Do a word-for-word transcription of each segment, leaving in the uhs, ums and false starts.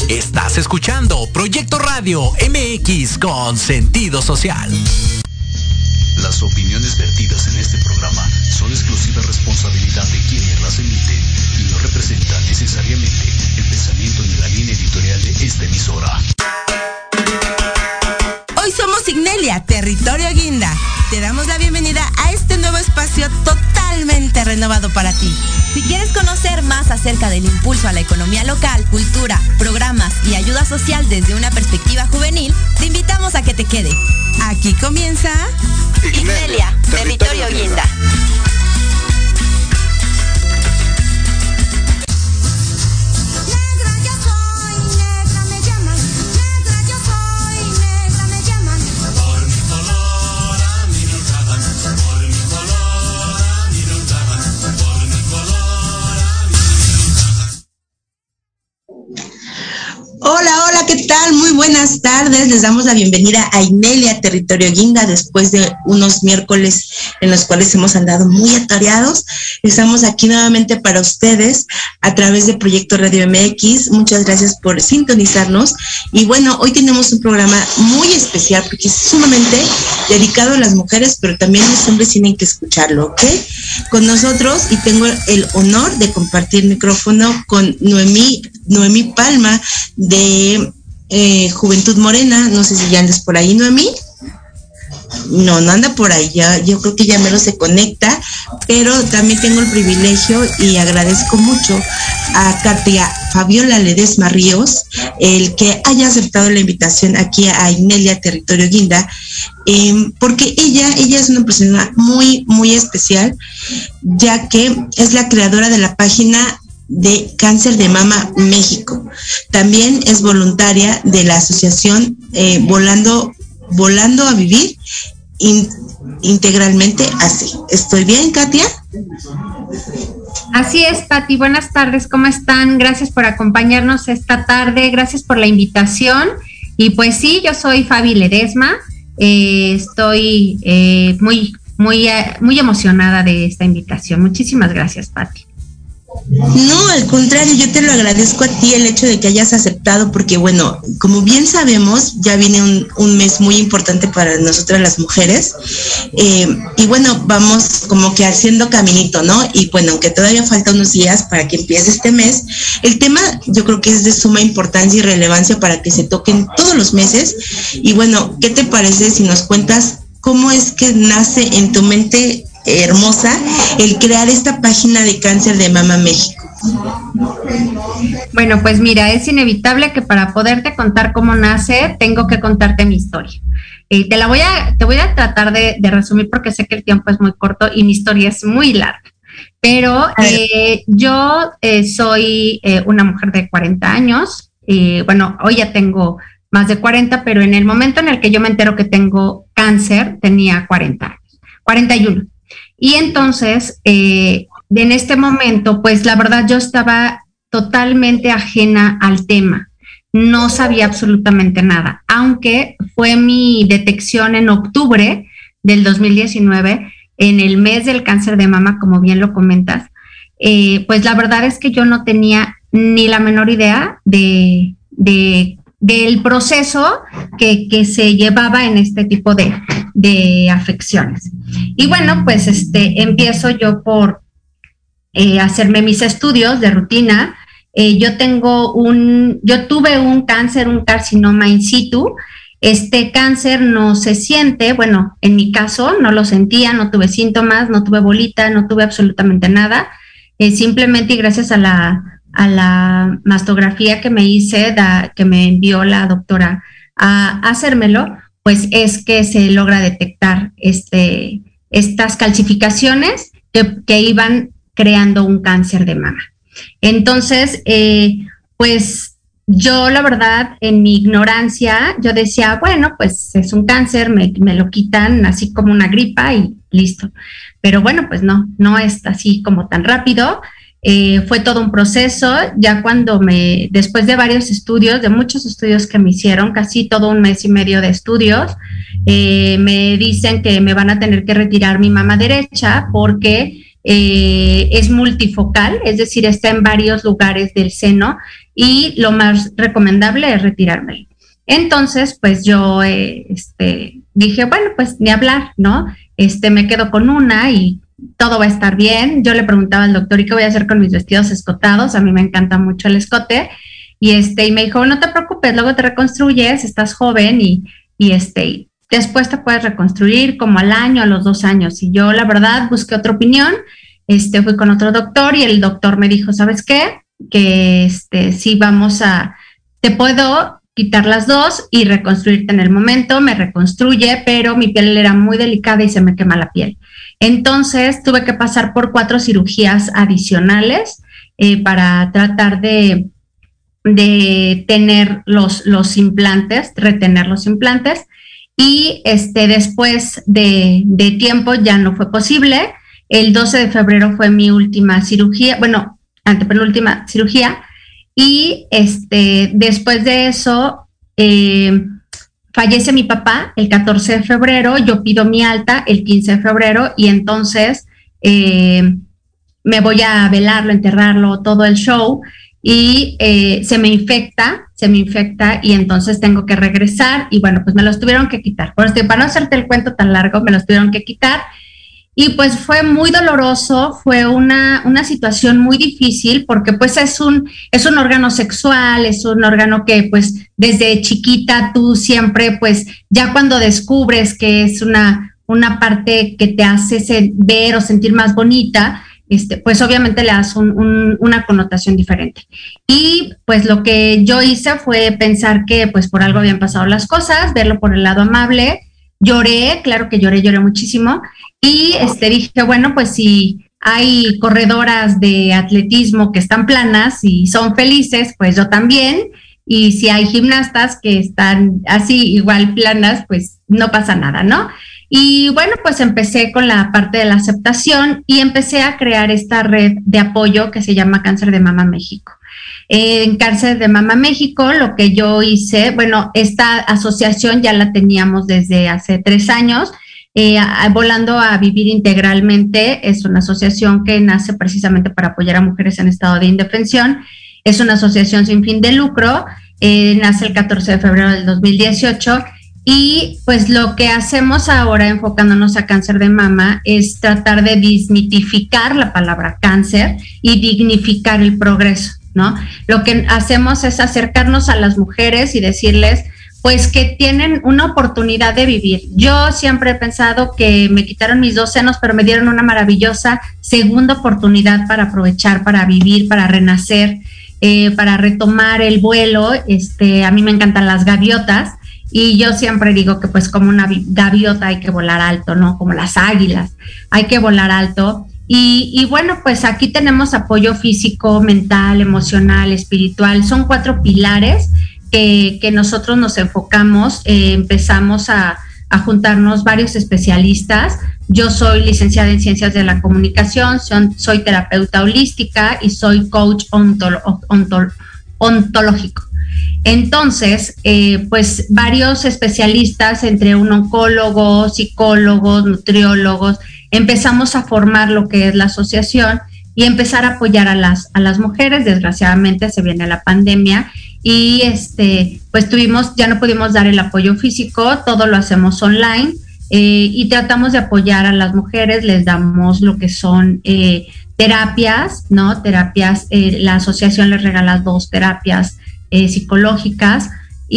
Estás escuchando Proyecto Radio M X con sentido social. Las opiniones vertidas en este programa son exclusiva responsabilidad de quienes las emiten y no representan necesariamente el pensamiento ni la línea editorial de esta emisora. Hoy somos Ignelia, Territorio Guinda. Te damos la bienvenida a este nuevo espacio totalmente renovado para ti. Si quieres conocer más acerca del impulso a la economía local, cultura, programas y ayuda social desde una perspectiva juvenil, te invitamos a que te quedes. Aquí comienza Ignelia, Territorio Guinda. Hola, hola, ¿qué tal? Muy buenas tardes. Les damos la bienvenida a Ignelia, Territorio Guinda, después de unos miércoles en los cuales hemos andado muy atareados. Estamos aquí nuevamente para ustedes a través de Proyecto Radio M X. Muchas gracias por sintonizarnos. Y bueno, hoy tenemos un programa muy especial porque es sumamente dedicado a las mujeres, pero también los hombres tienen que escucharlo, ¿ok? Con nosotros, y tengo el honor de compartir micrófono con Noemí, Noemí Palma, de eh, Juventud Morena. No sé si ya andas por ahí, Noemí. No, no anda por ahí, ya, yo creo que ya mero se conecta, pero también tengo el privilegio y agradezco mucho a Katia Fabiola Ledesma Ríos, el que haya aceptado la invitación aquí a Ignelia, Territorio Guinda, eh, porque ella, ella es una persona muy, muy especial, ya que es la creadora de la página de Cáncer de Mama México. También es voluntaria de la asociación eh, Volando Volando a Vivir in, integralmente así. ¿Estoy bien, Katia? Así es, Pati. Buenas tardes, ¿cómo están? Gracias por acompañarnos esta tarde, gracias por la invitación. Y pues sí, yo soy Fabi Ledesma, eh, estoy eh, muy, muy, muy emocionada de esta invitación. Muchísimas gracias, Pati. No, al contrario, yo te lo agradezco a ti el hecho de que hayas aceptado, porque bueno, como bien sabemos, ya viene un, un mes muy importante para nosotras las mujeres, eh, y bueno, vamos como que haciendo caminito, ¿no? Y bueno, aunque todavía falta unos días para que empiece este mes, el tema yo creo que es de suma importancia y relevancia para que se toquen todos los meses. Y bueno, ¿qué te parece si nos cuentas cómo es que nace en tu mente hermosa el crear esta página de Cáncer de Mama México? Bueno, pues mira, es inevitable que para poderte contar cómo nace, tengo que contarte mi historia. Eh, te la voy a, te voy a tratar de, de resumir porque sé que el tiempo es muy corto y mi historia es muy larga. Pero eh, yo eh, soy eh, una mujer de cuarenta años. Eh, bueno, hoy ya tengo más de cuarenta, pero en el momento en el que yo me entero que tengo cáncer, tenía cuarenta años, cuarenta y uno. Y entonces, eh, en este momento, pues la verdad yo estaba totalmente ajena al tema. No sabía absolutamente nada, aunque fue mi detección en octubre del dos mil diecinueve, en el mes del cáncer de mama, como bien lo comentas. Eh, pues la verdad es que yo no tenía ni la menor idea de, de, del proceso que, que se llevaba en este tipo de, de afecciones. Y bueno, pues este empiezo yo por eh, hacerme mis estudios de rutina. Eh, yo tengo un, yo tuve un cáncer, un carcinoma in situ. Este cáncer no se siente, bueno, en mi caso no lo sentía, no tuve síntomas, no tuve bolita, no tuve absolutamente nada. Eh, simplemente y gracias a la, a la mastografía que me hice, da, que me envió la doctora a, a hacérmelo, pues es que se logra detectar este, estas calcificaciones que, que iban creando un cáncer de mama. Entonces, eh, pues yo la verdad, en mi ignorancia, yo decía, bueno, pues es un cáncer, me, me lo quitan así como una gripa y listo. Pero bueno, pues no, no es así como tan rápido. Eh, fue todo un proceso. Ya cuando me, después de varios estudios, de muchos estudios que me hicieron, casi todo un mes y medio de estudios, eh, me dicen que me van a tener que retirar mi mama derecha porque eh, es multifocal, es decir, está en varios lugares del seno y lo más recomendable es retirármelo. Entonces, pues yo eh, este, dije, bueno, pues ni hablar, ¿no? Este, me quedo con una y todo va a estar bien. Yo le preguntaba al doctor, ¿y qué voy a hacer con mis vestidos escotados? A mí me encanta mucho el escote. Y este, y me dijo, no te preocupes, luego te reconstruyes, estás joven y, y este, después te puedes reconstruir como al año, a los dos años. Y yo, la verdad, busqué otra opinión, este, fui con otro doctor y el doctor me dijo, ¿sabes qué? Que este, sí vamos a, te puedo quitar las dos y reconstruirte en el momento, me reconstruye, pero mi piel era muy delicada y se me quema la piel. Entonces tuve que pasar por cuatro cirugías adicionales eh, para tratar de, de tener los, los implantes, retener los implantes, y este, después de, de tiempo ya no fue posible. El doce de febrero fue mi última cirugía, bueno, antepenúltima cirugía, y este, después de eso eh, fallece mi papá el catorce de febrero, yo pido mi alta el quince de febrero y entonces eh, me voy a velarlo, enterrarlo, todo el show, y eh, se me infecta, se me infecta y entonces tengo que regresar y bueno, pues me los tuvieron que quitar. Por eso, para no hacerte el cuento tan largo, me los tuvieron que quitar. Y pues fue muy doloroso, fue una, una situación muy difícil porque pues es un, es un órgano sexual, es un órgano que pues desde chiquita tú siempre pues ya cuando descubres que es una, una parte que te hace ver o sentir más bonita, este, pues obviamente le das un, un, una connotación diferente. Y pues lo que yo hice fue pensar que pues por algo habían pasado las cosas, verlo por el lado amable. Lloré, claro que lloré, lloré muchísimo. Y este, dije, bueno, pues si hay corredoras de atletismo que están planas y son felices, pues yo también. Y si hay gimnastas que están así igual planas, pues no pasa nada, ¿no? Y bueno, pues empecé con la parte de la aceptación y empecé a crear esta red de apoyo que se llama Cáncer de Mama México. En Cáncer de Mama México, lo que yo hice, bueno, esta asociación ya la teníamos desde hace tres años, eh, a, Volando a Vivir Integralmente es una asociación que nace precisamente para apoyar a mujeres en estado de indefensión, es una asociación sin fin de lucro, eh, nace el catorce de febrero del dos mil dieciocho y pues lo que hacemos ahora enfocándonos a cáncer de mama es tratar de desmitificar la palabra cáncer y dignificar el progreso, ¿no? Lo que hacemos es acercarnos a las mujeres y decirles, pues, que tienen una oportunidad de vivir. Yo siempre he pensado que me quitaron mis dos senos, pero me dieron una maravillosa segunda oportunidad para aprovechar, para vivir, para renacer, eh, para retomar el vuelo. Este, a mí me encantan las gaviotas y yo siempre digo que, pues, como una gaviota hay que volar alto, ¿no? Como las águilas, hay que volar alto. Y, y bueno, pues aquí tenemos apoyo físico, mental, emocional, espiritual. Son cuatro pilares que, que nosotros nos enfocamos. Eh, empezamos a, a juntarnos varios especialistas. Yo soy licenciada en Ciencias de la Comunicación, son, soy terapeuta holística y soy coach ontolo, ontol, ontológico. Entonces, eh, pues varios especialistas, entre un oncólogo, psicólogos, nutriólogos, empezamos a formar lo que es la asociación y empezar a apoyar a las, a las mujeres. Desgraciadamente se viene la pandemia y este, pues tuvimos, ya no pudimos dar el apoyo físico, todo lo hacemos online eh, y tratamos de apoyar a las mujeres, les damos lo que son eh, terapias, ¿no? Terapias, eh, la asociación les regala dos terapias eh, psicológicas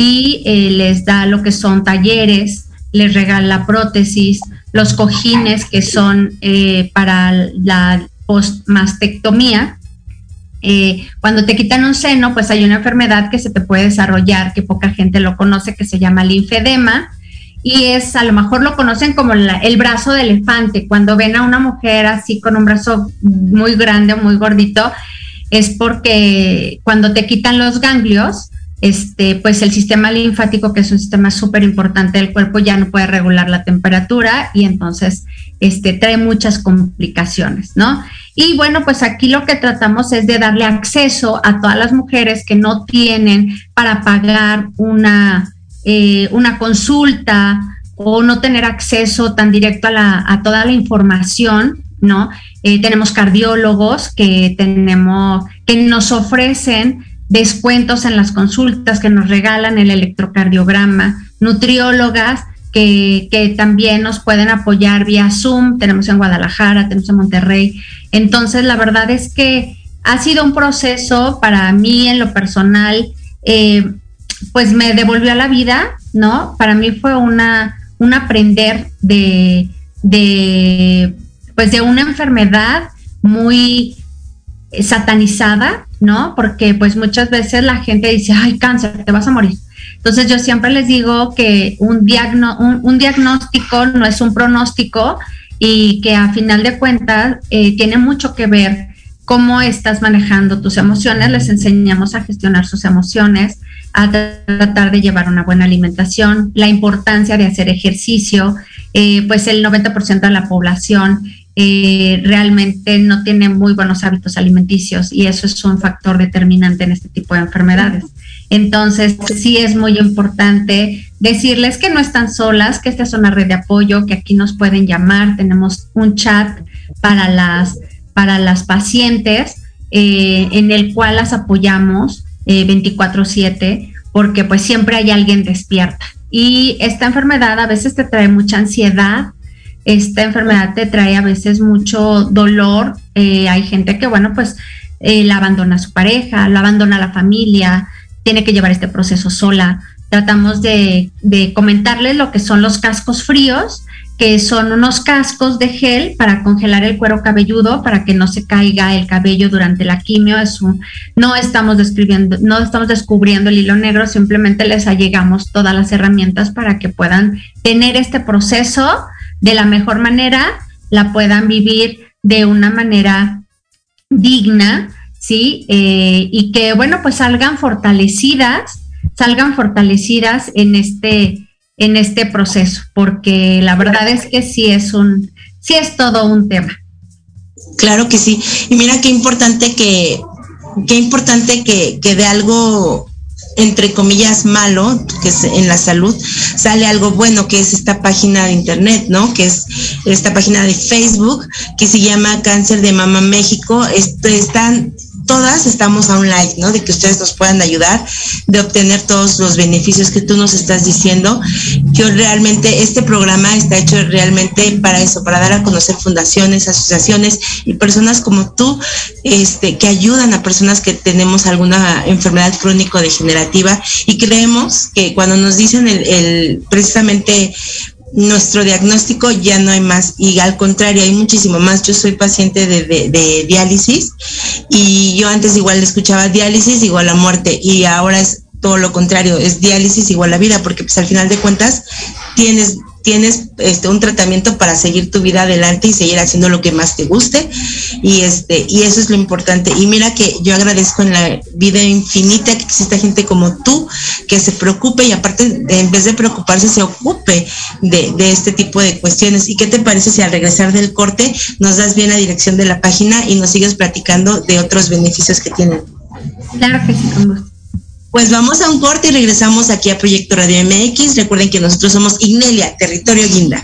y eh, les da lo que son talleres, les regala prótesis, los cojines que son eh, para la postmastectomía. Eh, cuando te quitan un seno, pues hay una enfermedad que se te puede desarrollar, que poca gente lo conoce, que se llama linfedema, y es, a lo mejor lo conocen como la, el brazo de elefante. Cuando ven a una mujer así con un brazo muy grande o muy gordito, es porque cuando te quitan los ganglios, Este, pues el sistema linfático, que es un sistema súper importante del cuerpo, ya no puede regular la temperatura y entonces este, trae muchas complicaciones, ¿no? Y bueno, pues aquí lo que tratamos es de darle acceso a todas las mujeres que no tienen para pagar una, eh, una consulta o no tener acceso tan directo a, la, a toda la información ¿no? Eh, tenemos cardiólogos que tenemos, que nos ofrecen descuentos en las consultas, que nos regalan el electrocardiograma, nutriólogas que, que también nos pueden apoyar vía Zoom, tenemos en Guadalajara, tenemos en Monterrey. Entonces, la verdad es que ha sido un proceso para mí en lo personal, eh, pues me devolvió a la vida, ¿no? Para mí fue una, un aprender de, de, pues de una enfermedad muy satanizada, ¿no? Porque pues muchas veces la gente dice, ay, cáncer, te vas a morir. Entonces yo siempre les digo que un, diagno, un, un diagnóstico no es un pronóstico y que a final de cuentas eh, tiene mucho que ver cómo estás manejando tus emociones. Les enseñamos a gestionar sus emociones, a tratar de llevar una buena alimentación, la importancia de hacer ejercicio, eh, pues el noventa por ciento de la población eh, realmente no tiene muy buenos hábitos alimenticios y eso es un factor determinante en este tipo de enfermedades. Entonces, sí es muy importante decirles que no están solas, que esta es una red de apoyo, que aquí nos pueden llamar, tenemos un chat para las, para las pacientes eh, en el cual las apoyamos eh, veinticuatro siete, porque pues siempre hay alguien despierta. Y esta enfermedad a veces te trae mucha ansiedad, esta enfermedad te trae a veces mucho dolor, eh, hay gente que, bueno, pues eh, la abandona a su pareja, la abandona a la familia, tiene que llevar este proceso sola. Tratamos de, de comentarles lo que son los cascos fríos, que son unos cascos de gel para congelar el cuero cabelludo, para que no se caiga el cabello durante la quimio. Es un, no estamos describiendo, no estamos descubriendo el hilo negro, simplemente les allegamos todas las herramientas para que puedan tener este proceso de la mejor manera, la puedan vivir de una manera digna, ¿sí? Eh, y que, bueno, pues salgan fortalecidas, salgan fortalecidas en este, en este proceso, porque la verdad es que sí es un, sí es todo un tema. Claro que sí. Y mira qué importante que, qué importante que, que de algo, entre comillas, malo, que es en la salud, sale algo bueno, que es esta página de internet, ¿no? Que es esta página de Facebook, que se llama Cáncer de Mama México. Esto están todas estamos a un like, ¿no? De que ustedes nos puedan ayudar, de obtener todos los beneficios que tú nos estás diciendo. Yo realmente, este programa está hecho realmente para eso, para dar a conocer fundaciones, asociaciones y personas como tú, este, que ayudan a personas que tenemos alguna enfermedad crónico-degenerativa, y creemos que cuando nos dicen el, el precisamente nuestro diagnóstico, ya no hay más, y al contrario, hay muchísimo más. Yo soy paciente de, de, de diálisis, y yo antes igual escuchaba diálisis igual a muerte, y ahora es todo lo contrario, es diálisis igual a vida, porque pues al final de cuentas tienes tienes este un tratamiento para seguir tu vida adelante y seguir haciendo lo que más te guste, y este y eso es lo importante. Y mira que yo agradezco en la vida infinita que exista gente como tú que se preocupe, y aparte de, en vez de preocuparse, se ocupe de, de este tipo de cuestiones. ¿Y qué te parece si al regresar del corte nos das bien la dirección de la página y nos sigues platicando de otros beneficios que tienen? Claro que sí, con gusto. Pues vamos a un corte y regresamos aquí a Proyecto Radio M X. Recuerden que nosotros somos Ignelia, Territorio Guinda.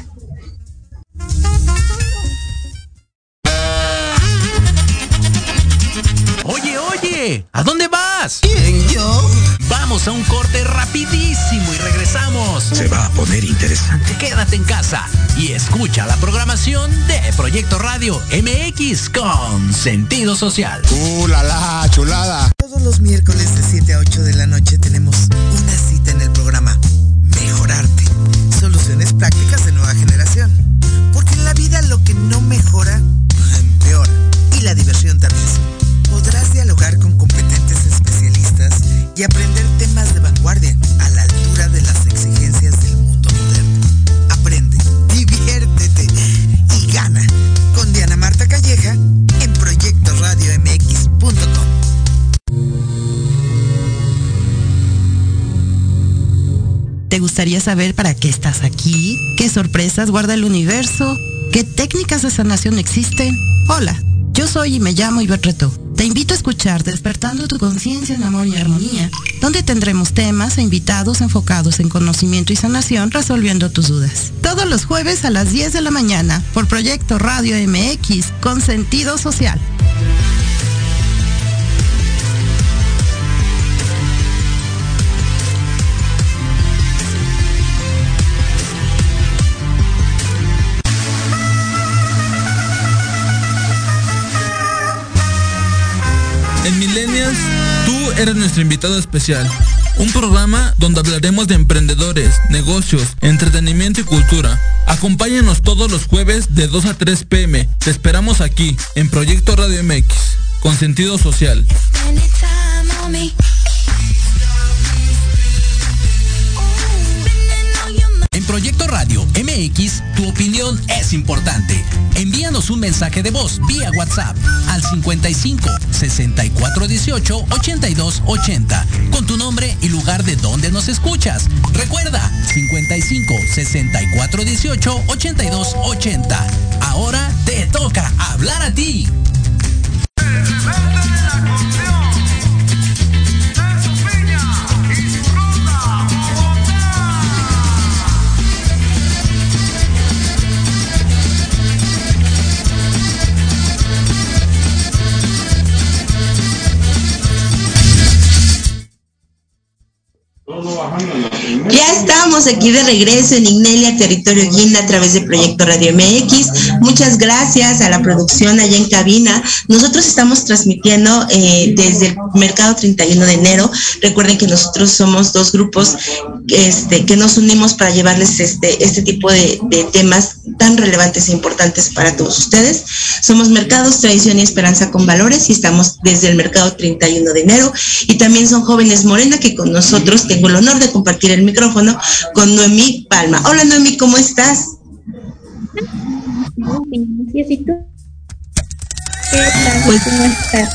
Oye, oye, ¿a dónde vas? ¿Quién, yo? Vamos a un corte rapidísimo y regresamos. Se va a poner interesante. Quédate en casa y escucha la programación de Proyecto Radio M X con sentido social. ¡Uh, la, la chulada! Todos los miércoles de siete a ocho de la noche tenemos una cita en el programa Mejorarte. Soluciones prácticas de nueva generación. Porque en la vida lo que no mejora, empeora. Y la diversión también. Podrás dialogar con competentes especialistas y aprender temas de vanguardia a la altura de las exigencias del mundo moderno. Aprende, diviértete y gana con Diana Marta Calleja en proyecto radio m x punto com. ¿Te gustaría saber para qué estás aquí? ¿Qué sorpresas guarda el universo? ¿Qué técnicas de sanación existen? Hola, yo soy y me llamo Ivette Reto. Te invito a escuchar Despertando tu conciencia en amor y armonía, donde tendremos temas e invitados enfocados en conocimiento y sanación, resolviendo tus dudas. Todos los jueves a las diez de la mañana por Proyecto Radio M X con sentido social. En Millennials, tú eres nuestro invitado especial. Un programa donde hablaremos de emprendedores, negocios, entretenimiento y cultura. Acompáñanos todos los jueves de dos a tres pe eme. Te esperamos aquí, en Proyecto Radio M X, con sentido social. En Proyecto Radio M X, tu opinión es importante. Envíanos un mensaje de voz vía WhatsApp al cincuenta y cinco, sesenta y cuatro dieciocho, ochenta y dos ochenta con tu nombre y lugar de donde nos escuchas. Recuerda, cincuenta y cinco, sesenta y cuatro dieciocho, ochenta y dos ochenta. Ahora te toca hablar a ti. Ya estamos aquí de regreso en Ignelia, Territorio Guinda, a través de Proyecto Radio M X. Muchas gracias a la producción allá en cabina. Nosotros estamos transmitiendo eh, desde el Mercado treinta y uno de enero. Recuerden que nosotros somos dos grupos este, que nos unimos para llevarles este, este tipo de, de temas tan relevantes e importantes para todos ustedes. Somos Mercados, Tradición y Esperanza con Valores y estamos desde el Mercado treinta y uno de enero. Y también son Jóvenes Morena, que con nosotros tengo el honor de compartir el micrófono con Noemí Palma. Hola Noemí, ¿cómo estás? ¿Y tú? ¿Qué tal? Pues, ¿Cómo estás?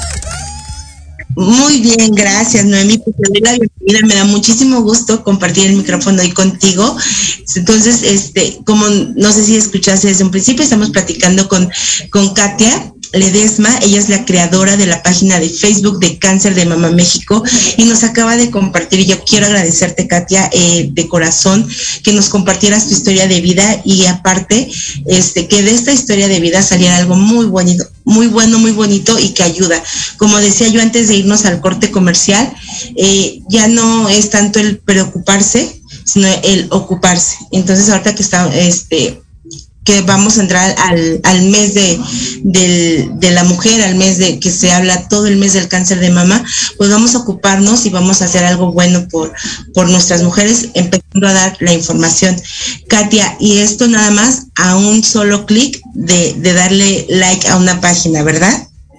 Muy bien, gracias Noemí, pues te doy la bienvenida, me da muchísimo gusto compartir el micrófono hoy contigo. Entonces, este, como no sé si escuchaste desde un principio, estamos platicando con, con Katia Ledesma. Ella es la creadora de la página de Facebook de Cáncer de Mama México y nos acaba de compartir, y yo quiero agradecerte, Katia, eh, de corazón, que nos compartieras tu historia de vida y aparte, este, que de esta historia de vida saliera algo muy bonito, muy bueno, muy bonito y que ayuda. Como decía yo antes de irnos al corte comercial, eh, ya no es tanto el preocuparse, sino el ocuparse. Entonces, ahorita que está, este, que vamos a entrar al, al mes de, de, de la mujer, al mes de que se habla todo el mes del cáncer de mama, pues vamos a ocuparnos y vamos a hacer algo bueno por, por nuestras mujeres, empezando a dar la información. Katia, y esto nada más a un solo clic de, de darle like a una página, ¿verdad?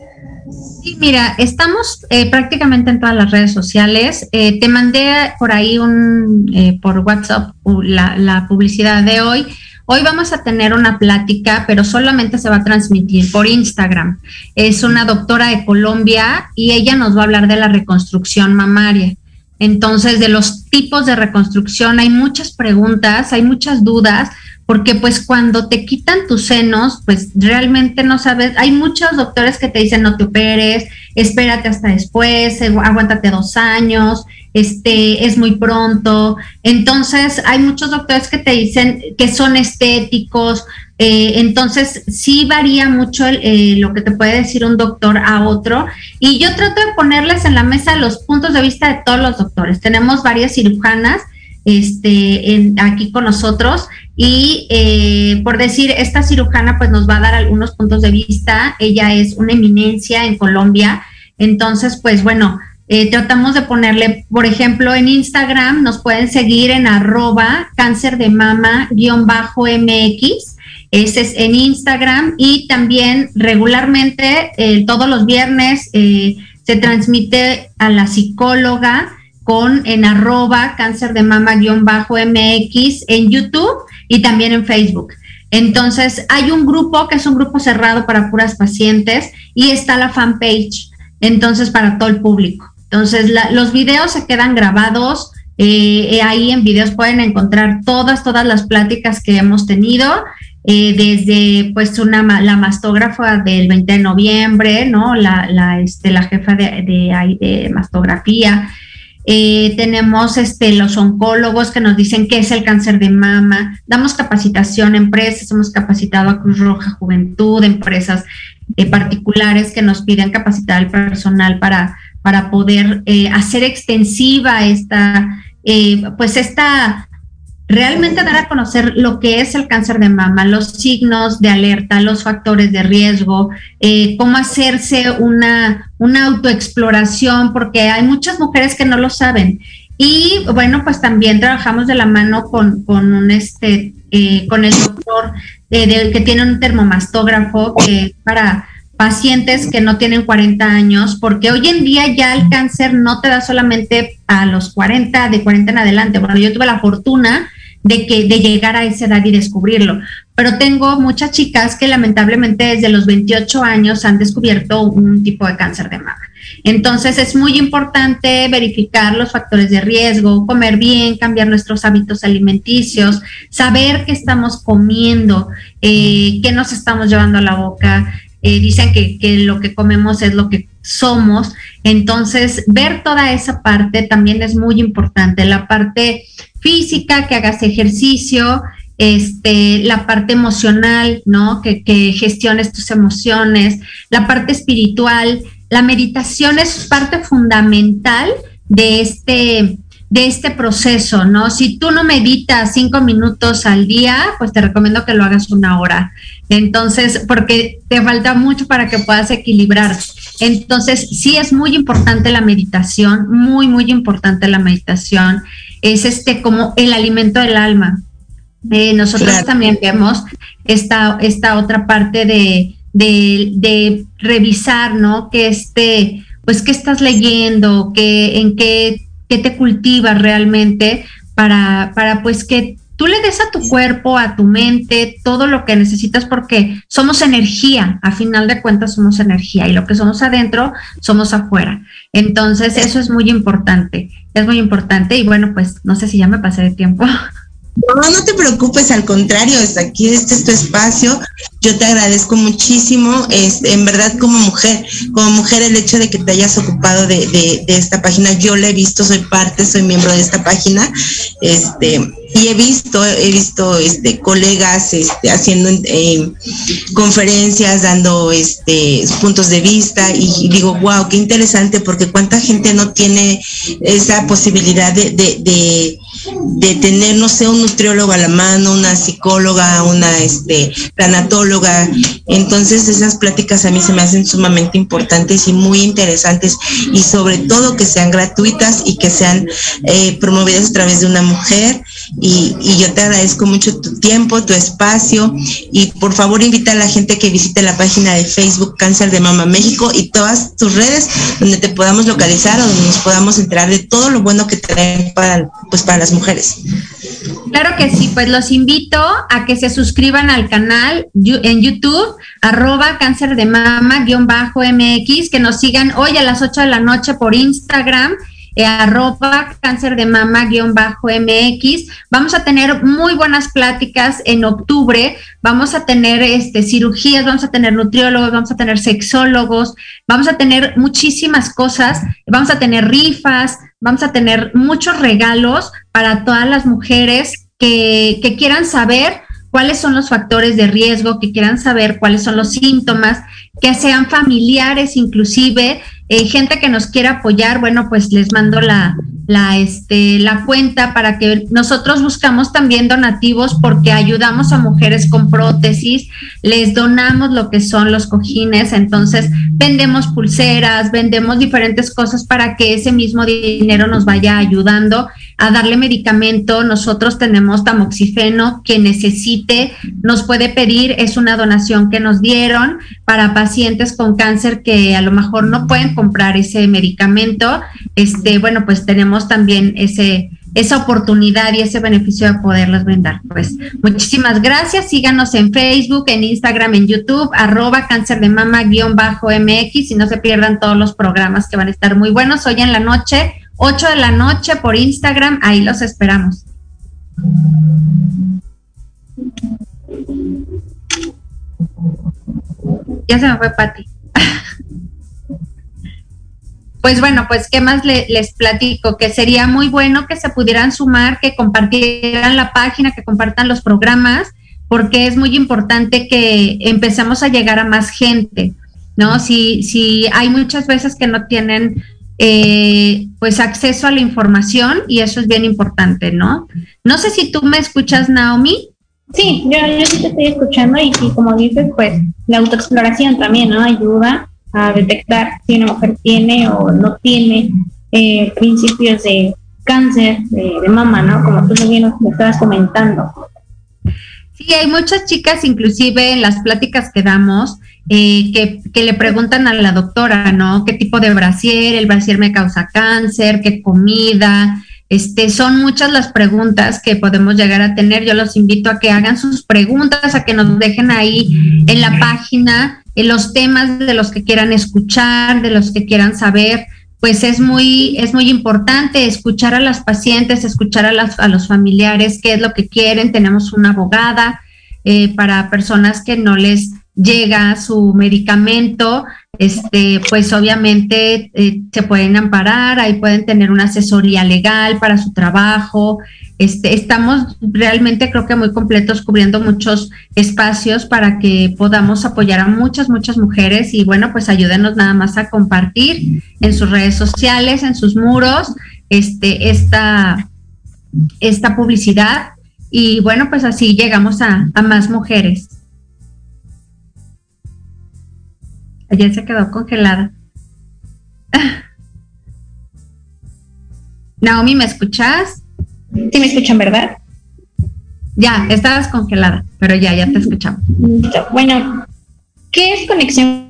Sí, mira, estamos eh, prácticamente en todas las redes sociales. Eh, te mandé por ahí un eh, por WhatsApp la, la publicidad de hoy. Hoy vamos a tener una plática, pero solamente se va a transmitir por Instagram. Es una doctora de Colombia y ella nos va a hablar de la reconstrucción mamaria. Entonces, de los tipos de reconstrucción, hay muchas preguntas, hay muchas dudas, porque pues cuando te quitan tus senos, pues realmente no sabes. Hay muchos doctores que te dicen no te operes, espérate hasta después, aguántate dos años, este, es muy pronto. Entonces hay muchos doctores que te dicen que son estéticos, eh, entonces sí varía mucho el, eh, lo que te puede decir un doctor a otro, y yo trato de ponerles en la mesa los puntos de vista de todos los doctores. Tenemos varias cirujanas este, en, aquí con nosotros, y eh, por decir, esta cirujana pues nos va a dar algunos puntos de vista. Ella es una eminencia en Colombia, entonces pues bueno, eh, tratamos de ponerle, por ejemplo, en Instagram nos pueden seguir en arroba cáncer de mama guión bajo mx, ese es en Instagram, y también regularmente eh, todos los viernes eh, se transmite a la psicóloga con en arroba cáncer de mama guión bajo mx en YouTube y también en Facebook. Entonces hay un grupo que es un grupo cerrado para puras pacientes y está la fanpage, entonces para todo el público. Entonces la, los videos se quedan grabados, eh, ahí en videos pueden encontrar todas, todas las pláticas que hemos tenido, eh, desde pues una la mastógrafa del veinte de noviembre, ¿no? La, la, este, la jefa de, de, de mastografía. Eh, tenemos este, los oncólogos que nos dicen qué es el cáncer de mama. Damos capacitación a empresas, hemos capacitado a Cruz Roja Juventud, empresas eh, particulares que nos piden capacitar al personal para, para poder eh, hacer extensiva esta, eh, pues esta, realmente dar a conocer lo que es el cáncer de mama, los signos de alerta, los factores de riesgo, eh, cómo hacerse una, una autoexploración, porque hay muchas mujeres que no lo saben. Y bueno, pues también trabajamos de la mano con, con un este, eh, con el doctor eh, de, que tiene un termomastógrafo que es para pacientes que no tienen cuarenta años, porque hoy en día ya el cáncer no te da solamente a los cuarenta, de cuarenta en adelante. Bueno, yo tuve la fortuna de que de llegar a esa edad y descubrirlo, pero tengo muchas chicas que lamentablemente desde los veintiocho años han descubierto un tipo de cáncer de mama. Entonces es muy importante verificar los factores de riesgo, comer bien, cambiar nuestros hábitos alimenticios, saber qué estamos comiendo, eh, qué nos estamos llevando a la boca. Eh, dicen que, que lo que comemos es lo que somos, entonces ver toda esa parte también es muy importante, la parte física, que hagas ejercicio, este, la parte emocional, ¿no? Que, que gestiones tus emociones, la parte espiritual, la meditación es parte fundamental de este, de este proceso, ¿no? Si tú no meditas cinco minutos al día, pues te recomiendo que lo hagas una hora. Entonces, porque te falta mucho para que puedas equilibrar. Entonces, sí es muy importante la meditación, muy, muy importante la meditación. Es este como el alimento del alma. Eh, nosotros claro. también vemos esta, esta otra parte de, de, de revisar, ¿no? Que este, pues, ¿qué estás leyendo? ¿Qué, en qué, qué te cultivas realmente para, para, pues, que tú le des a tu cuerpo, a tu mente, todo lo que necesitas, porque somos energía, a final de cuentas somos energía, y lo que somos adentro, somos afuera. Entonces, eso es muy importante, es muy importante, y bueno, pues, no sé si ya me pasé de tiempo. No, no te preocupes, al contrario, es aquí este es tu espacio. Yo te agradezco muchísimo, es, en verdad como mujer, como mujer el hecho de que te hayas ocupado de, de, de esta página. Yo la he visto, soy parte, soy miembro de esta página, este, y he visto, he visto este colegas este, haciendo eh, conferencias, dando este puntos de vista, y, y digo, wow, qué interesante, porque cuánta gente no tiene esa posibilidad de, de, de de tener, no sé, un nutriólogo a la mano, una psicóloga, una este tanatóloga. Entonces esas pláticas a mí se me hacen sumamente importantes y muy interesantes, y sobre todo que sean gratuitas y que sean eh, promovidas a través de una mujer, y, y yo te agradezco mucho tu tiempo, tu espacio, y por favor invita a la gente que visite la página de Facebook Cáncer de Mama México y todas tus redes donde te podamos localizar o donde nos podamos enterar de todo lo bueno que traen para, pues, para las mujeres. Claro que sí, pues los invito a que se suscriban al canal en YouTube, arroba cáncer de mama guión bajo M X, que nos sigan hoy a las ocho de la noche por Instagram, eh, arroba cáncer de mama guión bajo M X. Vamos a tener muy buenas pláticas en octubre, vamos a tener este cirugías, vamos a tener nutriólogos, vamos a tener sexólogos, vamos a tener muchísimas cosas, vamos a tener rifas, vamos a tener muchos regalos para todas las mujeres que, que quieran saber cuáles son los factores de riesgo, que quieran saber cuáles son los síntomas, que sean familiares inclusive, eh, gente que nos quiera apoyar. Bueno, pues les mando la, la, este, la cuenta para que nosotros buscamos también donativos, porque ayudamos a mujeres con prótesis, les donamos lo que son los cojines, entonces vendemos pulseras, vendemos diferentes cosas para que ese mismo dinero nos vaya ayudando a darle medicamento. Nosotros tenemos tamoxifeno, que necesite, nos puede pedir, es una donación que nos dieron para pacientes con cáncer que a lo mejor no pueden comprar ese medicamento. Este, bueno, pues tenemos también ese esa oportunidad y ese beneficio de poderles brindar. Pues muchísimas gracias, síganos en Facebook, en Instagram, en YouTube, arroba cáncer de mama guión bajo M X, y no se pierdan todos los programas que van a estar muy buenos. Hoy en la noche, ocho de la noche por Instagram, ahí los esperamos. Ya se me fue Pati. Pues bueno, pues qué más le, les platico, que sería muy bueno que se pudieran sumar, que compartieran la página, que compartan los programas, porque es muy importante que empecemos a llegar a más gente, ¿no? Si, si hay muchas veces que no tienen eh, pues acceso a la información y eso es bien importante, ¿no? No sé si tú me escuchas, Naomi. Sí, yo, yo sí te estoy escuchando y sí, como dices, pues la autoexploración también, ¿no? Ayuda a detectar si una mujer tiene o no tiene eh, principios de cáncer de, de mama, ¿no? Como tú bien nos estabas comentando. Sí, hay muchas chicas, inclusive en las pláticas que damos, eh, que, que le preguntan a la doctora, ¿no? ¿Qué tipo de brasier? ¿El brasier me causa cáncer? ¿Qué comida? Este, son muchas las preguntas que podemos llegar a tener. Yo los invito a que hagan sus preguntas, a que nos dejen ahí en la página en los temas de los que quieran escuchar, de los que quieran saber. Pues es muy, es muy importante escuchar a las pacientes, escuchar a, las, a los familiares, qué es lo que quieren. Tenemos una abogada eh, para personas que no les llega su medicamento, este, pues obviamente eh, se pueden amparar, ahí pueden tener una asesoría legal para su trabajo. Este, estamos realmente creo que muy completos cubriendo muchos espacios para que podamos apoyar a muchas, muchas mujeres y bueno, pues ayúdenos nada más a compartir en sus redes sociales, en sus muros, este, esta, esta publicidad y bueno, pues así llegamos a, a más mujeres. Ayer se quedó congelada. Naomi, ¿me escuchas? Sí me escuchan, ¿verdad? Ya, estabas congelada, pero ya, ya te escuchamos. Listo. Bueno, ¿qué es conexión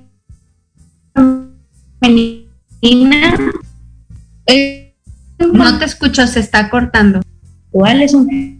femenina? Eh, no te escucho, se está cortando. ¿Cuál es un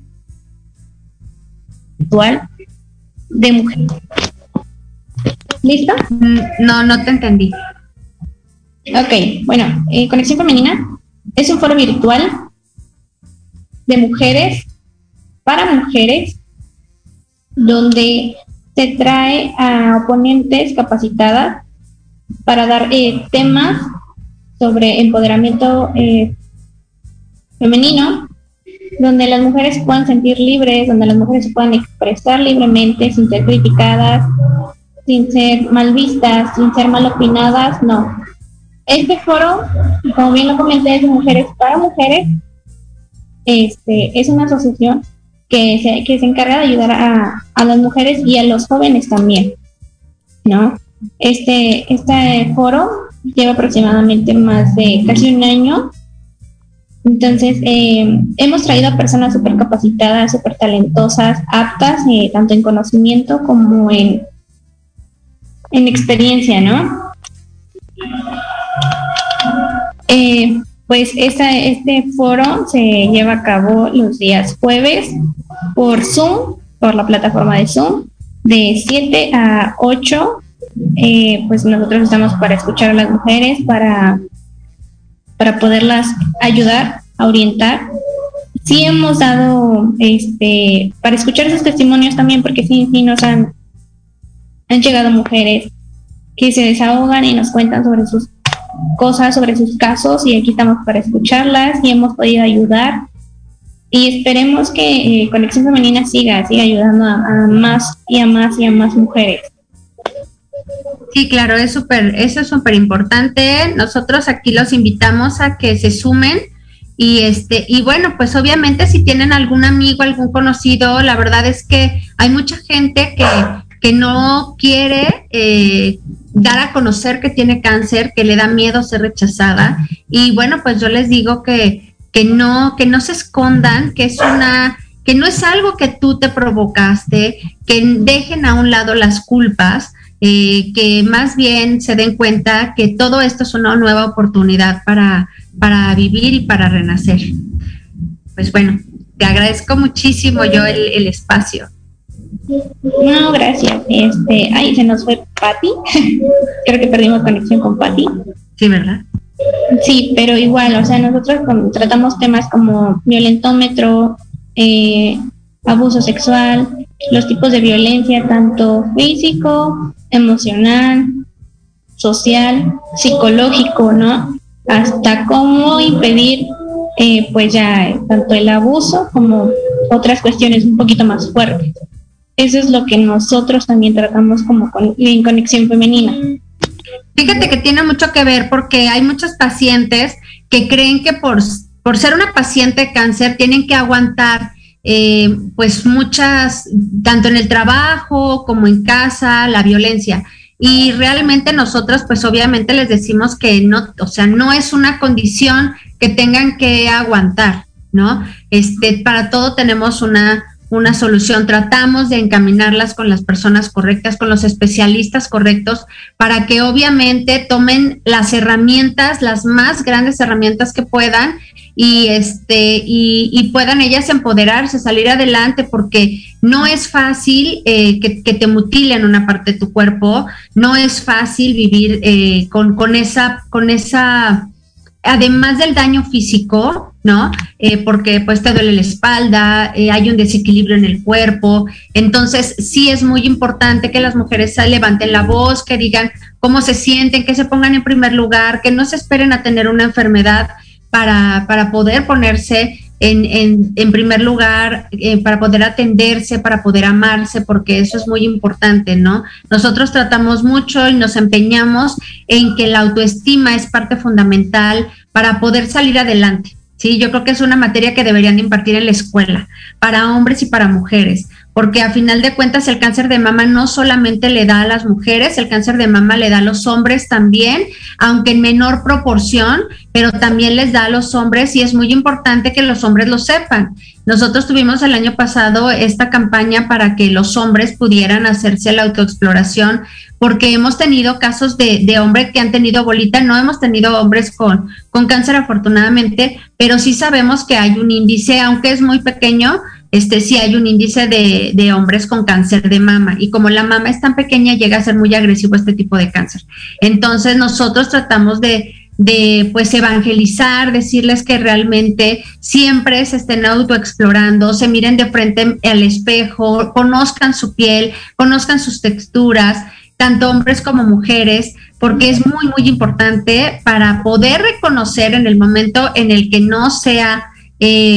ritual de mujer? ¿Listo? No, no te entendí. Ok, bueno, eh, Conexión Femenina es un foro virtual de mujeres para mujeres donde se trae a oponentes capacitadas para dar eh, temas sobre empoderamiento eh, femenino, donde las mujeres se puedan sentir libres, donde las mujeres se puedan expresar libremente sin ser criticadas, sin ser mal vistas, sin ser mal opinadas, no. Este foro, como bien lo comenté, es de mujeres para mujeres. Este es una asociación que se, que se encarga de ayudar a, a las mujeres y a los jóvenes también, ¿no? Este, este foro lleva aproximadamente más de casi un año. Entonces, eh, hemos traído a personas súper capacitadas, súper talentosas, aptas, eh, tanto en conocimiento como en en experiencia, ¿no? Eh, pues esta, este foro se lleva a cabo los días jueves por Zoom, por la plataforma de Zoom, de siete a ocho. Eh, pues nosotros estamos para escuchar a las mujeres, para, para poderlas ayudar, a orientar. Sí hemos dado, este, para escuchar sus testimonios también, porque sí, sí nos han Han llegado mujeres que se desahogan y nos cuentan sobre sus cosas, sobre sus casos, y aquí estamos para escucharlas y hemos podido ayudar. Y esperemos que eh, Conexión Femenina siga, siga ayudando a, a más y a más y a más mujeres. Sí, claro, es súper, eso es súper importante. Nosotros aquí los invitamos a que se sumen y este, y bueno, pues obviamente si tienen algún amigo, algún conocido, la verdad es que hay mucha gente que que no quiere eh, dar a conocer que tiene cáncer, que le da miedo ser rechazada. Y bueno, pues yo les digo que, que no, que no se escondan, que es una, que no es algo que tú te provocaste, que dejen a un lado las culpas, eh, que más bien se den cuenta que todo esto es una nueva oportunidad para, para vivir y para renacer. Pues bueno, te agradezco muchísimo yo el, el espacio. No, gracias. Este, ay, se nos fue Pati. Creo que perdimos conexión con Pati. Sí, ¿verdad? Sí, pero igual, o sea, nosotros con, tratamos temas como violentómetro, eh, abuso sexual, los tipos de violencia, tanto físico, emocional, social, psicológico, ¿no? Hasta cómo impedir, eh, pues ya, eh, tanto el abuso como otras cuestiones un poquito más fuertes. Eso es lo que nosotros también tratamos como con, en Conexión Femenina. Fíjate que tiene mucho que ver porque hay muchos pacientes que creen que por, por ser una paciente de cáncer tienen que aguantar eh, pues muchas, tanto en el trabajo como en casa, la violencia. Y realmente nosotros pues obviamente les decimos que no, o sea, no es una condición que tengan que aguantar, ¿no? Este, para todo tenemos una una solución, tratamos de encaminarlas con las personas correctas, con los especialistas correctos, para que obviamente tomen las herramientas, las más grandes herramientas que puedan, y este, y, y puedan ellas empoderarse, salir adelante, porque no es fácil eh, que, que te mutilen una parte de tu cuerpo, no es fácil vivir eh, con, con esa, con esa, además del daño físico, ¿no? Eh, porque pues te duele la espalda, eh, hay un desequilibrio en el cuerpo. Entonces sí es muy importante que las mujeres levanten la voz, que digan cómo se sienten, que se pongan en primer lugar, que no se esperen a tener una enfermedad para, para poder ponerse en, en, en primer lugar, eh, para poder atenderse, para poder amarse, porque eso es muy importante, ¿no? Nosotros tratamos mucho y nos empeñamos en que la autoestima es parte fundamental para poder salir adelante. Sí, yo creo que es una materia que deberían de impartir en la escuela, para hombres y para mujeres, porque a final de cuentas el cáncer de mama no solamente le da a las mujeres, el cáncer de mama le da a los hombres también, aunque en menor proporción, pero también les da a los hombres y es muy importante que los hombres lo sepan. Nosotros tuvimos el año pasado esta campaña para que los hombres pudieran hacerse la autoexploración, porque hemos tenido casos de, de hombres que han tenido bolita, no hemos tenido hombres con, con cáncer afortunadamente, pero sí sabemos que hay un índice, aunque es muy pequeño, este sí hay un índice de, de hombres con cáncer de mama, y como la mama es tan pequeña llega a ser muy agresivo este tipo de cáncer. Entonces nosotros tratamos de de pues evangelizar, decirles que realmente siempre se estén autoexplorando, se miren de frente al espejo, conozcan su piel, conozcan sus texturas, tanto hombres como mujeres, porque es muy, muy importante para poder reconocer en el momento en el que no sea, eh,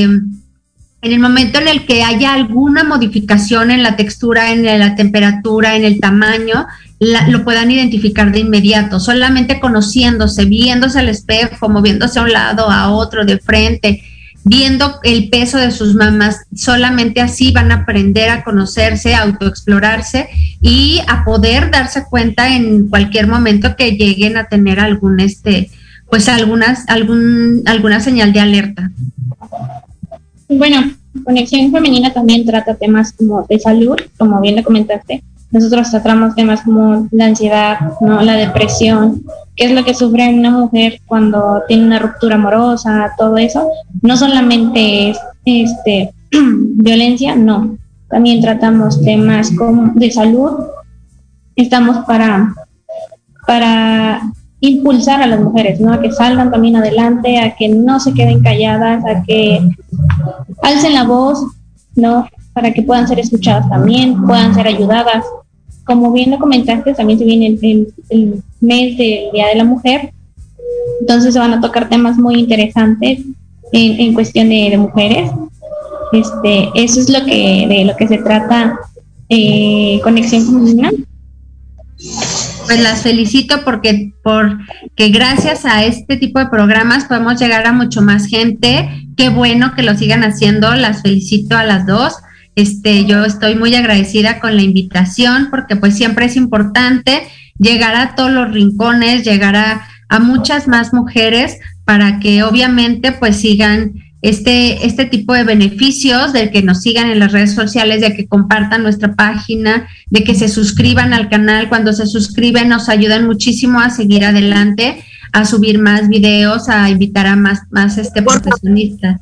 en el momento en el que haya alguna modificación en la textura, en la temperatura, en el tamaño, La, lo puedan identificar de inmediato, solamente conociéndose, viéndose al espejo, moviéndose a un lado, a otro, de frente, viendo el peso de sus mamas, solamente así van a aprender a conocerse, a autoexplorarse y a poder darse cuenta en cualquier momento que lleguen a tener algún, este, pues algunas, algún, alguna señal de alerta. Bueno, Conexión Femenina también trata temas como de salud, como bien lo comentaste. Nosotros tratamos temas como la ansiedad, ¿no? La depresión, qué es lo que sufre una mujer cuando tiene una ruptura amorosa, todo eso. No solamente es este, violencia, no. También tratamos temas como de salud. Estamos para, para impulsar a las mujeres, ¿no? A que salgan también adelante, a que no se queden calladas, a que alcen la voz, ¿no? Para que puedan ser escuchadas también, puedan ser ayudadas. Como bien lo comentaste, también se viene el, el, el mes del Día de la Mujer, entonces se van a tocar temas muy interesantes en, en cuestión de, de mujeres. Este, eso es lo que de lo que se trata eh, Conexión Femenina. Pues las felicito porque porque gracias a este tipo de programas podemos llegar a mucho más gente. Qué bueno que lo sigan haciendo, las felicito a las dos. Este, yo estoy muy agradecida con la invitación porque pues siempre es importante llegar a todos los rincones, llegar a, a muchas más mujeres para que obviamente pues sigan este, este tipo de beneficios, de que nos sigan en las redes sociales, de que compartan nuestra página, de que se suscriban al canal. Cuando se suscriben nos ayudan muchísimo a seguir adelante, a subir más videos, a invitar a más, más este profesionistas.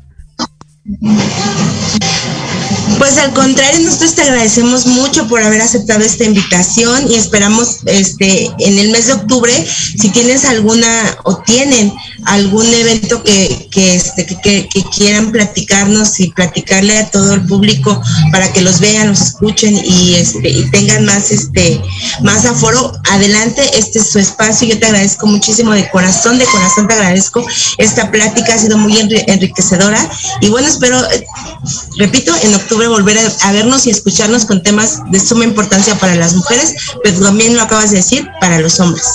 Pues al contrario, nosotros te agradecemos mucho por haber aceptado esta invitación y esperamos este en el mes de octubre, si tienes alguna o tienen algún evento que, que, este, que, que, que quieran platicarnos y platicarle a todo el público para que los vean, los escuchen y, este, y tengan más, este, más aforo, adelante, este es su espacio. Yo te agradezco muchísimo de corazón, de corazón te agradezco. Esta plática ha sido muy enriquecedora y bueno, espero, repito, en octubre volver a, a vernos y escucharnos con temas de suma importancia para las mujeres, pero también lo acabas de decir, para los hombres.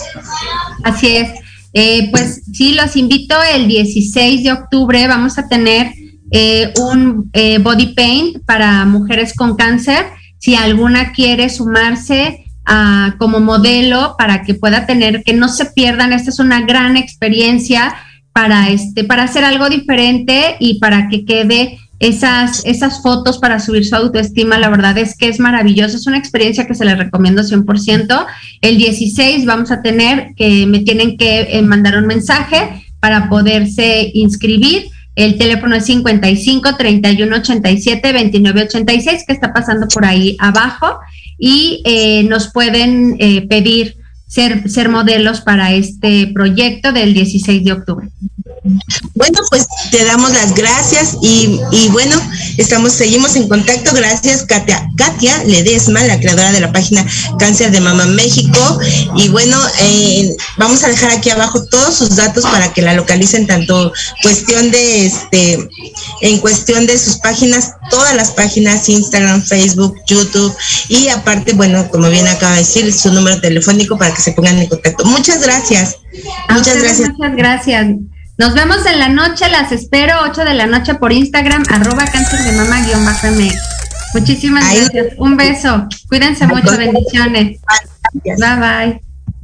Así es. Eh, pues sí, los invito el dieciséis de octubre, vamos a tener eh, un eh, body paint para mujeres con cáncer. Si alguna quiere sumarse a, como modelo para que pueda tener, que no se pierdan, esta es una gran experiencia para, este, para hacer algo diferente y para que quede esas, esas fotos para subir su autoestima. La verdad es que es maravilloso, es una experiencia que se les recomiendo cien por ciento. El dieciséis vamos a tener que, me tienen que eh, mandar un mensaje para poderse inscribir. El teléfono es cincuenta y cinco, treinta y uno, ochenta y siete, veintinueve, ochenta y seis, que está pasando por ahí abajo, y eh, nos pueden eh, pedir ser, ser modelos para este proyecto del dieciséis de octubre. Bueno, pues te damos las gracias y, y bueno, estamos, seguimos en contacto. Gracias, Katia, Katia Ledesma, la creadora de la página Cáncer de Mama México. Y bueno, eh, vamos a dejar aquí abajo todos sus datos para que la localicen, tanto cuestión de este, en cuestión de sus páginas, todas las páginas, Instagram, Facebook, YouTube, y aparte, bueno, como bien acaba de decir, su número telefónico para que se pongan en contacto. Muchas gracias. Muchas gracias. Muchas gracias. Nos vemos en la noche, las espero, ocho de la noche por Instagram, arroba cáncer de mama guión bajo M X. Muchísimas Ahí. gracias. Un beso. Cuídense Ay, mucho. Bendiciones. Bye, bye.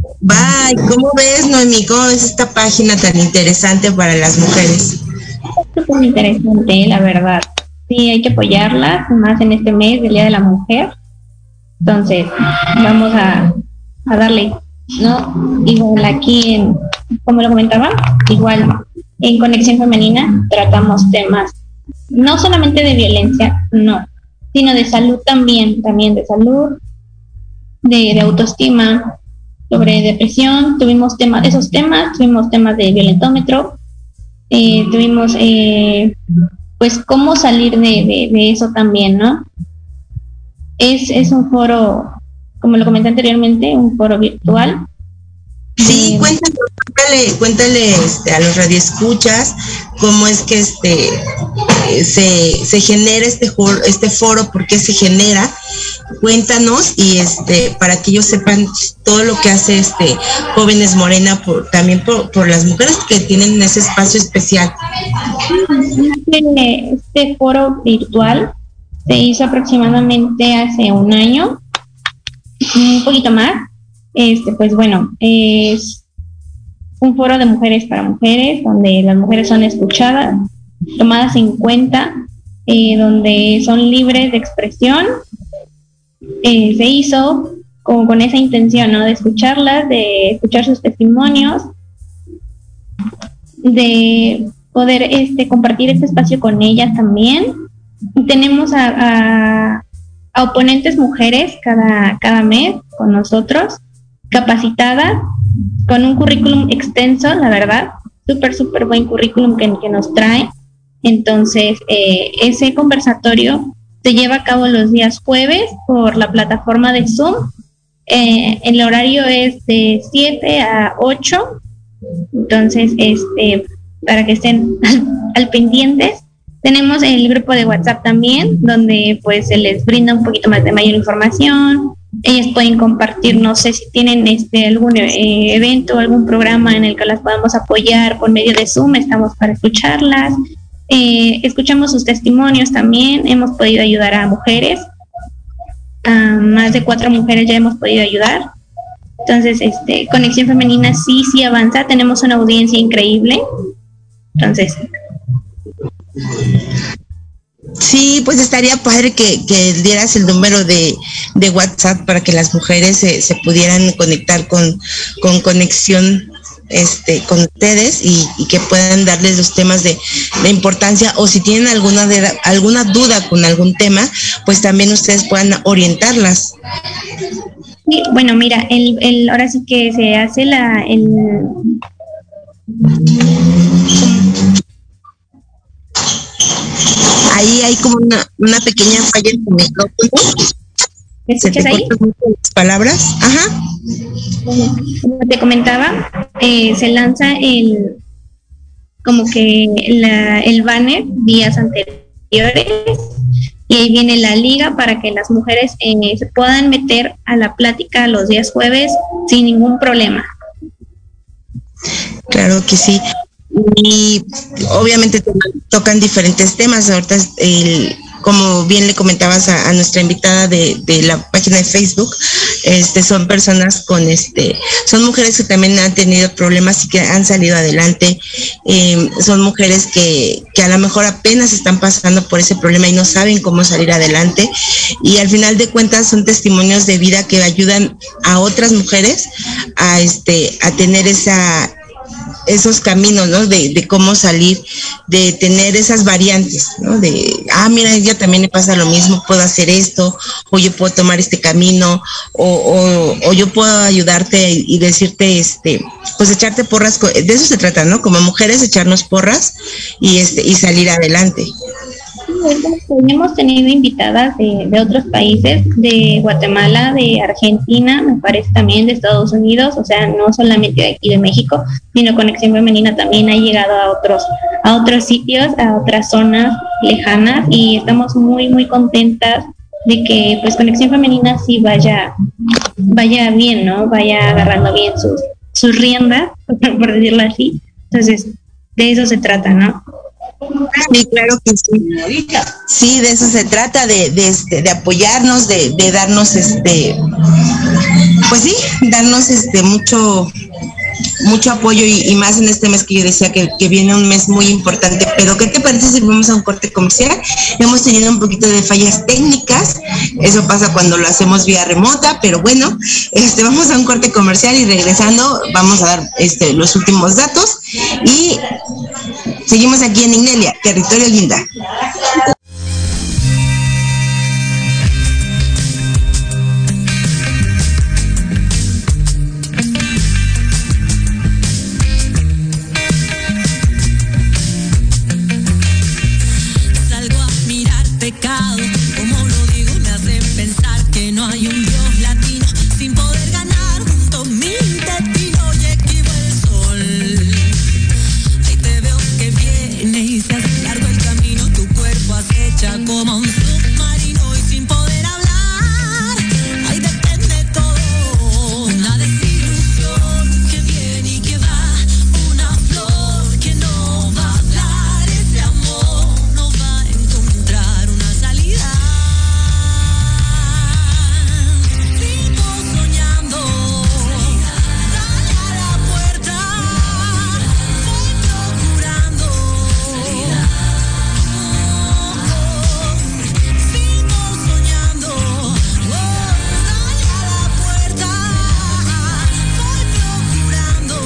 Bye. ¿Cómo ves, Noemí? ¿Cómo ves esta página tan interesante para las mujeres? Es muy interesante, la verdad. Sí, hay que apoyarlas, más en este mes del Día de la Mujer. Entonces, vamos a, a darle, ¿no? Igual aquí, en, como lo comentaba, igual en Conexión Femenina tratamos temas no solamente de violencia, no, sino de salud también, también de salud, de, de autoestima, sobre depresión. Tuvimos temas, esos temas, tuvimos temas de violentómetro, eh, tuvimos eh, pues cómo salir de, de, de eso también, ¿no? Es, es un foro, como lo comenté anteriormente, un foro virtual. Sí, eh, cuéntale, cuéntale, cuéntale este, a los radioescuchas cómo es que este se, se genera este foro, este foro, por qué se genera. Cuéntanos y este para que ellos sepan todo lo que hace este Jóvenes Morena, por, también por, por las mujeres que tienen ese espacio especial. Este, este foro virtual se hizo aproximadamente hace un año, un poquito más. Este, pues bueno, es un foro de mujeres para mujeres, donde las mujeres son escuchadas, tomadas en cuenta, eh, donde son libres de expresión. Eh, se hizo como con esa intención, ¿no? De escucharlas, de escuchar sus testimonios, de poder este, compartir este espacio con ellas también. Y tenemos a, a, a oponentes mujeres cada, cada mes con nosotros, capacitadas, con un currículum extenso, la verdad, súper, súper buen currículum que, que nos trae. Entonces, eh, ese conversatorio se lleva a cabo los días jueves por la plataforma de Zoom. Eh, el horario es de siete a ocho, entonces, este, para que estén al, al pendientes. Tenemos el grupo de WhatsApp también, donde pues se les brinda un poquito más de mayor información. Ellas pueden compartir, no sé si tienen este algún eh, evento o algún programa en el que las podamos apoyar por medio de Zoom, estamos para escucharlas. Eh, escuchamos sus testimonios también, hemos podido ayudar a mujeres, a más de cuatro mujeres ya hemos podido ayudar. Entonces, este, Conexión Femenina sí, sí avanza, tenemos una audiencia increíble. Entonces... Sí, pues estaría padre que, que dieras el número de, de WhatsApp para que las mujeres se, se pudieran conectar con, con conexión este con ustedes y, y que puedan darles los temas de, de importancia, o si tienen alguna de, alguna duda con algún tema, pues también ustedes puedan orientarlas. Sí, bueno, mira, el, el ahora sí que se hace la el ahí hay como una, una pequeña falla en tu micrófono. ¿Me escuchas ¿Se te ahí? cortan mucho las palabras? Ajá. Como, como te comentaba, eh, se lanza el como que la, el banner días anteriores y ahí viene la liga para que las mujeres eh, se puedan meter a la plática los días jueves sin ningún problema. Claro que sí. Y obviamente tocan diferentes temas. Ahorita, el, como bien le comentabas a, a nuestra invitada de, de la página de Facebook, este, son personas con, este, son mujeres que también han tenido problemas y que han salido adelante. Eh, son mujeres que, que a lo mejor apenas están pasando por ese problema y no saben cómo salir adelante. Y al final de cuentas son testimonios de vida que ayudan a otras mujeres a, este, a tener esa esos caminos, ¿no? De, de cómo salir, de tener esas variantes, ¿no? De, ah, mira, a ella también le pasa lo mismo, puedo hacer esto, o yo puedo tomar este camino, o, o, o yo puedo ayudarte y decirte, este, pues echarte porras, de eso se trata, ¿no? Como mujeres, echarnos porras y este, y salir adelante. Hemos tenido invitadas de, de otros países, de Guatemala, de Argentina, me parece también de Estados Unidos, o sea, no solamente de aquí de México, sino Conexión Femenina también ha llegado a otros, a otros sitios, a otras zonas lejanas y estamos muy, muy contentas de que pues Conexión Femenina sí vaya, vaya bien, ¿no? Vaya agarrando bien sus, sus riendas, por decirlo así. Entonces, de eso se trata, ¿no? Sí, claro que sí. Sí, de eso se trata, de, de, este, de apoyarnos, de, de darnos, este, pues sí, darnos este mucho, mucho apoyo y, y más en este mes que yo decía que, que viene un mes muy importante. Pero ¿qué te parece si vamos a un corte comercial? Hemos tenido un poquito de fallas técnicas, eso pasa cuando lo hacemos vía remota, pero bueno, este, vamos a un corte comercial y regresando vamos a dar este, los últimos datos y seguimos aquí en Ignelia, Territorio Guinda. Salgo a mirar pecado, como lo digo, me hacen pensar que no hay un Dios latino sin poder ganar junto mi intestino y esquivo el sol. Ahí te veo que viene y se hace largo el camino, tu cuerpo acecha como un submarino y sin poder hablar, ahí depende todo, una desilusión que viene y que va, una flor que no va a hablar, ese amor no va a encontrar una salida. Sigo soñando, dale a la puerta, voy procurando. Sigo soñando, oh, dale a la puerta, voy procurando.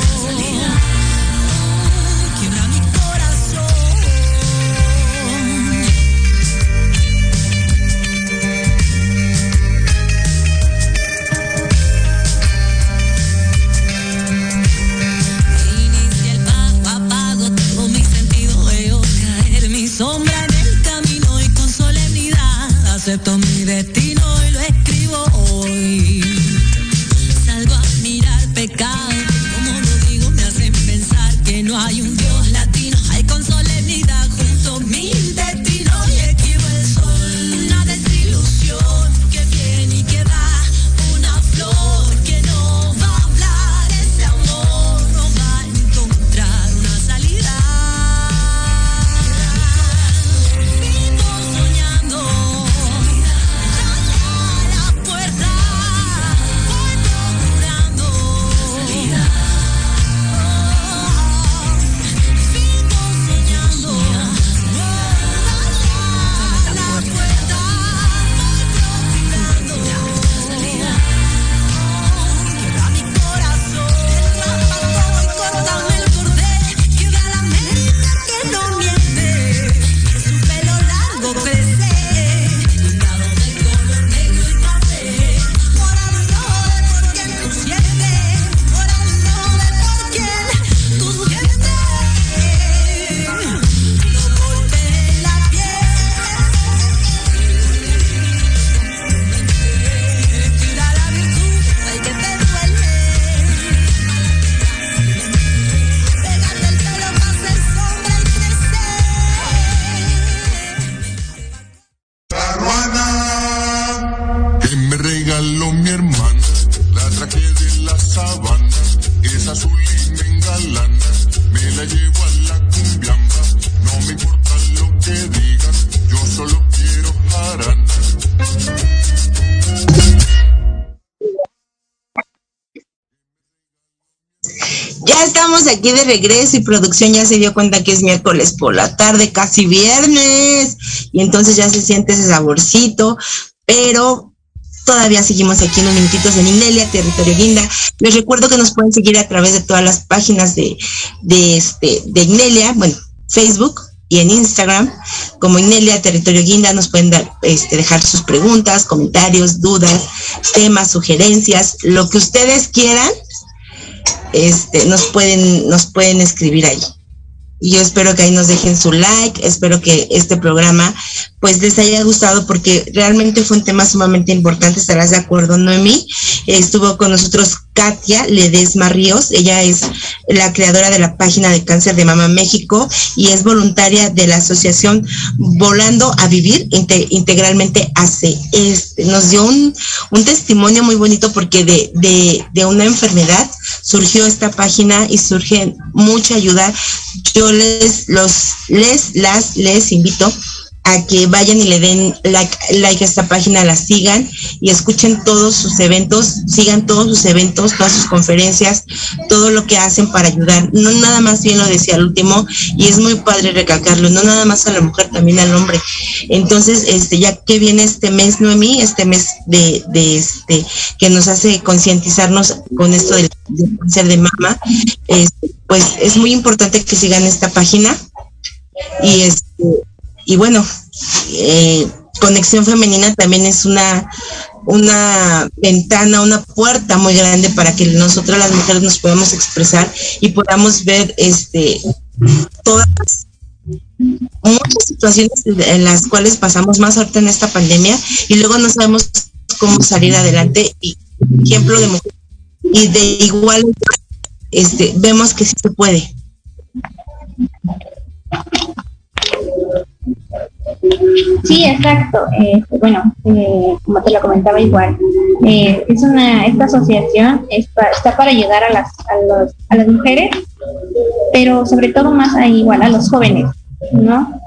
Quiebra mi corazón. Inicia el pago a pago, todo mi sentido veo caer mi sombra en el camino y con solemnidad acepto mi destino y lo escribo hoy. Salgo a mirar pecado, como lo digo, me hacen pensar que no hay un Dios latino. Hay con solemnidad junto mi destino y esquivo el sol. Una desilusión que viene y que va, una flor que no va a hablar, ese amor no va a encontrar una salida. Sigo soñando, dale estamos aquí de regreso y producción ya se dio cuenta que es miércoles por la tarde, casi viernes, y entonces ya se siente ese saborcito, pero todavía seguimos aquí unos minutitos en Inelia, Territorio Guinda. Les recuerdo que nos pueden seguir a través de todas las páginas de, de, este, de Inelia, bueno, Facebook y en Instagram, como Inelia, Territorio Guinda. Nos pueden dar, este, dejar sus preguntas, comentarios, dudas, temas, sugerencias, lo que ustedes quieran, este, nos pueden, nos pueden escribir ahí. Y yo espero que ahí nos dejen su like, espero que este programa pues les haya gustado, porque realmente fue un tema sumamente importante. Estarás de acuerdo, Noemí. Estuvo con nosotros Katia Ledesma Ríos, ella es la creadora de la página de Cáncer de Mama México y es voluntaria de la asociación Volando a Vivir inte- integralmente A C. Este, nos dio un, un testimonio muy bonito, porque de, de, de una enfermedad surgió esta página y surge mucha ayuda. Yo les, los, les, las, les invito a que vayan y le den like, like a esta página, la sigan y escuchen todos sus eventos, sigan todos sus eventos, todas sus conferencias, todo lo que hacen para ayudar. No nada más, bien lo decía al último, y es muy padre recalcarlo, no nada más a la mujer, también al hombre. Entonces, este, ya que viene este mes, Noemí, este mes de, de este, que nos hace concientizarnos con esto del, del cáncer de mama, este, pues es muy importante que sigan esta página. Y este, y bueno, eh, Conexión Femenina también es una una ventana, una puerta muy grande para que nosotras las mujeres nos podamos expresar y podamos ver este todas muchas situaciones en las cuales pasamos, más ahorita en esta pandemia, y luego no sabemos cómo salir adelante. Y ejemplo de mujer, y de igual este vemos que sí se puede. Sí, exacto. Eh, bueno, eh, como te lo comentaba igual, eh, es una esta asociación es pa, está para ayudar a las a, los, a las mujeres, pero sobre todo más a, igual a los jóvenes, ¿no?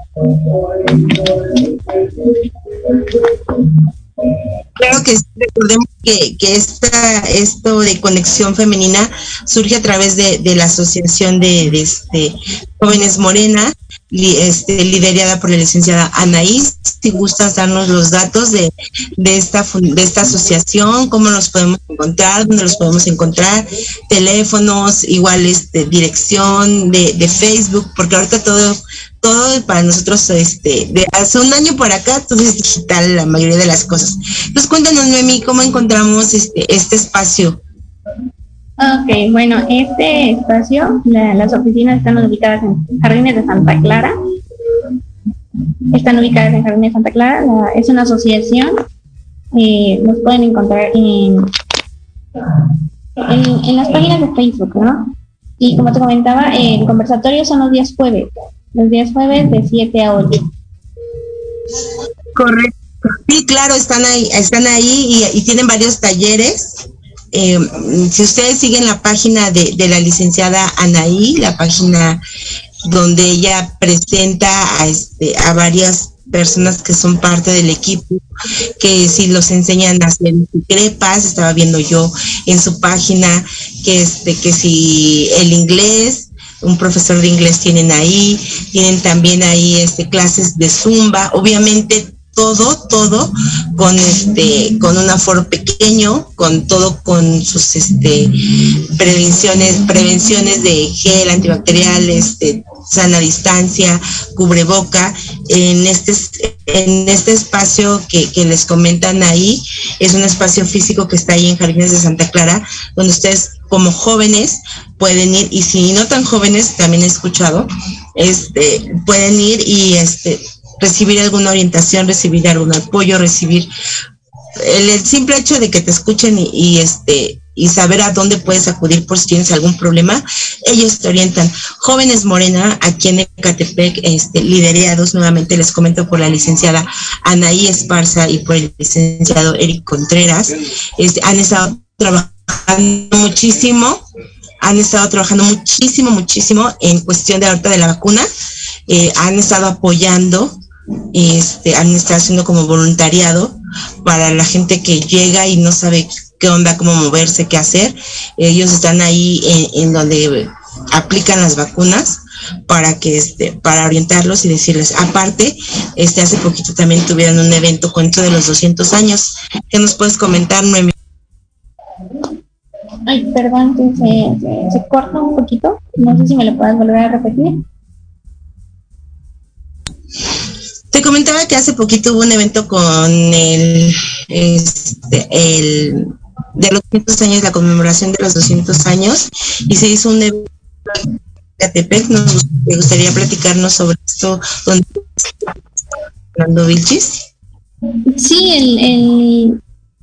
Claro que sí. Recordemos que, que esta, esto de Conexión Femenina surge a través de, de la asociación de, de este Jóvenes Morena, li, este, liderada por la licenciada Anaí. Si gustas darnos los datos de, de esta de esta asociación, cómo los podemos encontrar, dónde los podemos encontrar, teléfonos, igual este, dirección de, de Facebook, porque ahorita todo todo para nosotros, este, de hace un año por acá, todo es digital, la mayoría de las cosas. Entonces, cuéntanos, Noemí, ¿cómo encontramos este, este espacio? Ok, bueno, este espacio, la, las oficinas están ubicadas en Jardines de Santa Clara. Están ubicadas en Jardines de Santa Clara. La, es una asociación. Eh, nos pueden encontrar en, en, en las páginas de Facebook, ¿no? Y como te comentaba, el conversatorio son los días jueves. Los días jueves de siete a ocho. Correcto. Sí, claro, están ahí, están ahí y, y tienen varios talleres. Eh, si ustedes siguen la página de, de la licenciada Anaí, la página donde ella presenta a, este, a varias personas que son parte del equipo, que si los enseñan a hacer crepas, estaba viendo yo en su página, que este, que si el inglés, un profesor de inglés tienen ahí, tienen también ahí este clases de zumba, obviamente todo, todo con este, con un aforo pequeño, con todo con sus este prevenciones, prevenciones de gel antibacterial, este, sana distancia, cubreboca. En este, en este espacio que, que les comentan ahí, es un espacio físico que está ahí en Jardines de Santa Clara, donde ustedes como jóvenes pueden ir, y si no tan jóvenes, también he escuchado, este, pueden ir y este recibir alguna orientación, recibir algún apoyo, recibir el, el simple hecho de que te escuchen y, y este y saber a dónde puedes acudir por si tienes algún problema. Ellos te orientan. Jóvenes Morena, aquí en Ecatepec, este, liderados nuevamente, les comento, por la licenciada Anaí Esparza y por el licenciado Eric Contreras, este, han estado trabajando muchísimo, han estado trabajando muchísimo, muchísimo en cuestión de ahorita de la vacuna, eh, han estado apoyando, este, han estado haciendo como voluntariado para la gente que llega y no sabe qué onda, cómo moverse, qué hacer. Ellos están ahí en, en donde aplican las vacunas para que este para orientarlos y decirles. Aparte, este hace poquito también tuvieron un evento con esto de los doscientos años. ¿Qué nos puedes comentar, Noemí? Ay, perdón, que se, se, se corta un poquito. No sé si me lo puedes volver a repetir. Te comentaba que hace poquito hubo un evento con el, este, el de los doscientos años, la conmemoración de los doscientos años, y se hizo un evento en Catepec. Nos gustaría platicarnos sobre esto, donde Fernando Vilchis. Sí, el, el,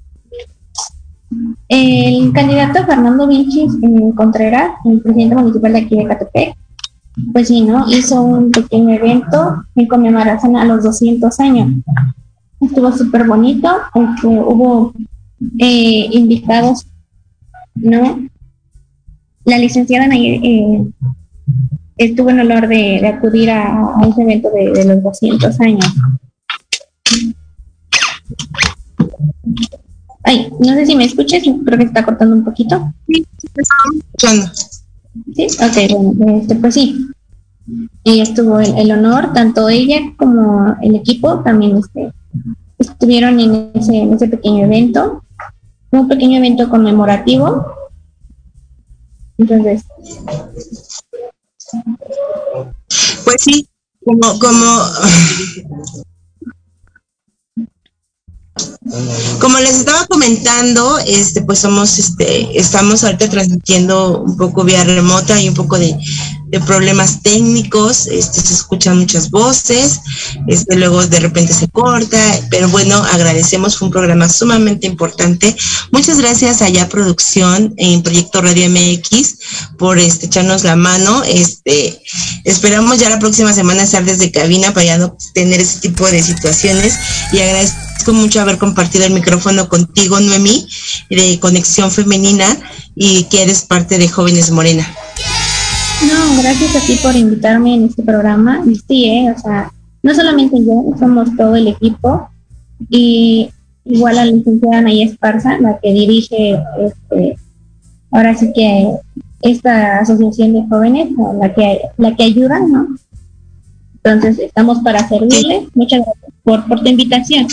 el candidato Fernando Vilchis eh, Contreras, el presidente municipal de aquí de Catepec, pues sí, ¿no? Hizo un pequeño evento en conmemoración a los doscientos años. Estuvo súper bonito, porque hubo eh, invitados, ¿no? La licenciada Nayeli eh, estuvo en honor de, de acudir a, a ese evento de, de los doscientos años. Ay, no sé si me escuchas, creo que está cortando un poquito. Sí, te estamos escuchando. Sí, ok, bueno, este, pues sí. Ella estuvo el, el honor, tanto ella como el equipo también este, estuvieron en ese, en ese pequeño evento, un pequeño evento conmemorativo. Entonces, pues sí, como, como Como les estaba comentando, este, pues somos, este, estamos ahorita transmitiendo un poco vía remota y un poco de, de problemas técnicos, este, se escuchan muchas voces, este, luego de repente se corta, pero bueno, agradecemos, fue un programa sumamente importante. Muchas gracias a Ya Producción en Proyecto Radio M X por este, echarnos la mano. Este, esperamos ya la próxima semana estar desde cabina para ya no tener ese tipo de situaciones, y agradezco mucho haber compartido el micrófono contigo, Noemí, de Conexión Femenina, y que eres parte de Jóvenes Morena. No, gracias a ti por invitarme en este programa. Y sí, eh, o sea, no solamente yo, somos todo el equipo, y igual a la licenciada Naya Esparza, la que dirige este, ahora sí que esta asociación de jóvenes, la que la que ayuda, ¿no? Entonces estamos para servirles. Sí. Muchas gracias por, por tu invitación.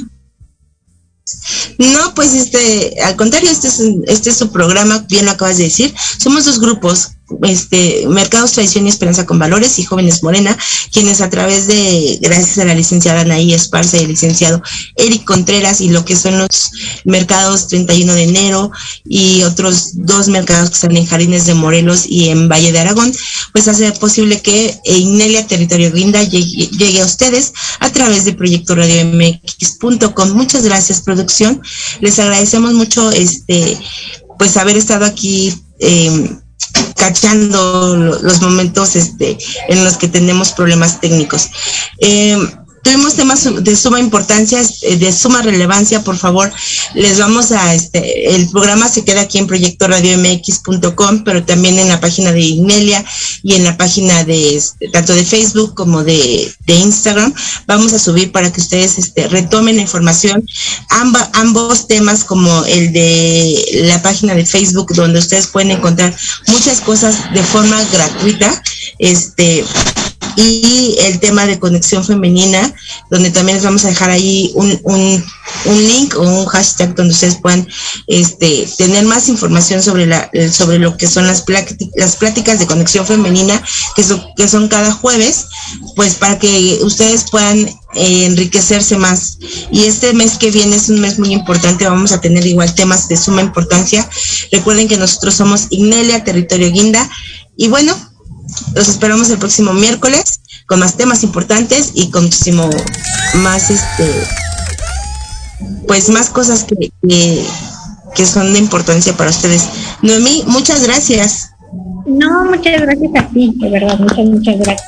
No, pues este, al contrario, este es, este es su programa, bien lo acabas de decir. Somos dos grupos, este, Mercados Tradición y Esperanza con Valores y Jóvenes Morena, quienes a través de, gracias a la licenciada Anaí Esparza y el licenciado Eric Contreras, y lo que son los mercados treinta y uno de enero y otros dos mercados que están en Jardines de Morelos y en Valle de Aragón, pues hace posible que Ignelia Territorio Guinda llegue, llegue a ustedes a través de proyecto radio m x punto com. Muchas gracias, producción. Les agradecemos mucho este pues haber estado aquí eh, cachando los momentos este en los que tenemos problemas técnicos. Eh, tuvimos temas de suma importancia, de suma relevancia. Por favor, les vamos a, este, el programa se queda aquí en proyecto radio m x punto com, pero también en la página de Ignelia y en la página de, tanto de Facebook como de, de Instagram, vamos a subir para que ustedes este, retomen la información. Amba, ambos temas, como el de la página de Facebook, donde ustedes pueden encontrar muchas cosas de forma gratuita, este, y el tema de Conexión Femenina, donde también les vamos a dejar ahí un, un, un link o un hashtag donde ustedes puedan este, tener más información sobre la sobre lo que son las, las pláticas de Conexión Femenina, que son, que son cada jueves, pues para que ustedes puedan eh, enriquecerse más. Y este mes que viene es un mes muy importante, vamos a tener igual temas de suma importancia. Recuerden que nosotros somos Ignelia Territorio Guinda, y bueno, los esperamos el próximo miércoles con más temas importantes y con muchísimo más, este, pues más cosas que, que, que son de importancia para ustedes. Noemí, muchas gracias. No, muchas gracias a ti, de verdad, muchas, muchas gracias.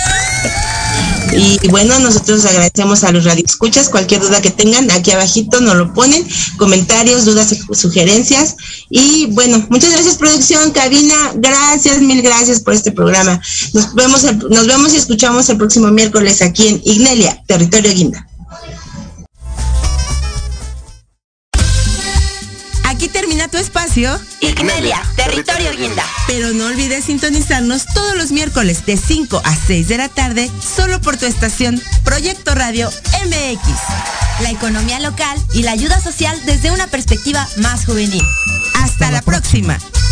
Y bueno, nosotros agradecemos a los radioescuchas. Cualquier duda que tengan, aquí abajito nos lo ponen, comentarios, dudas, sugerencias. Y bueno, muchas gracias, producción, cabina, gracias, mil gracias por este programa. Nos vemos, nos vemos y escuchamos el próximo miércoles aquí en Ignelia, Territorio Guinda. Aquí termina Domina tu espacio. Ignelia, Territorio Guinda. Pero no olvides sintonizarnos todos los miércoles de cinco a seis de la tarde, solo por tu estación Proyecto Radio M X. La economía local y la ayuda social desde una perspectiva más juvenil. Hasta, Hasta la, la próxima. próxima.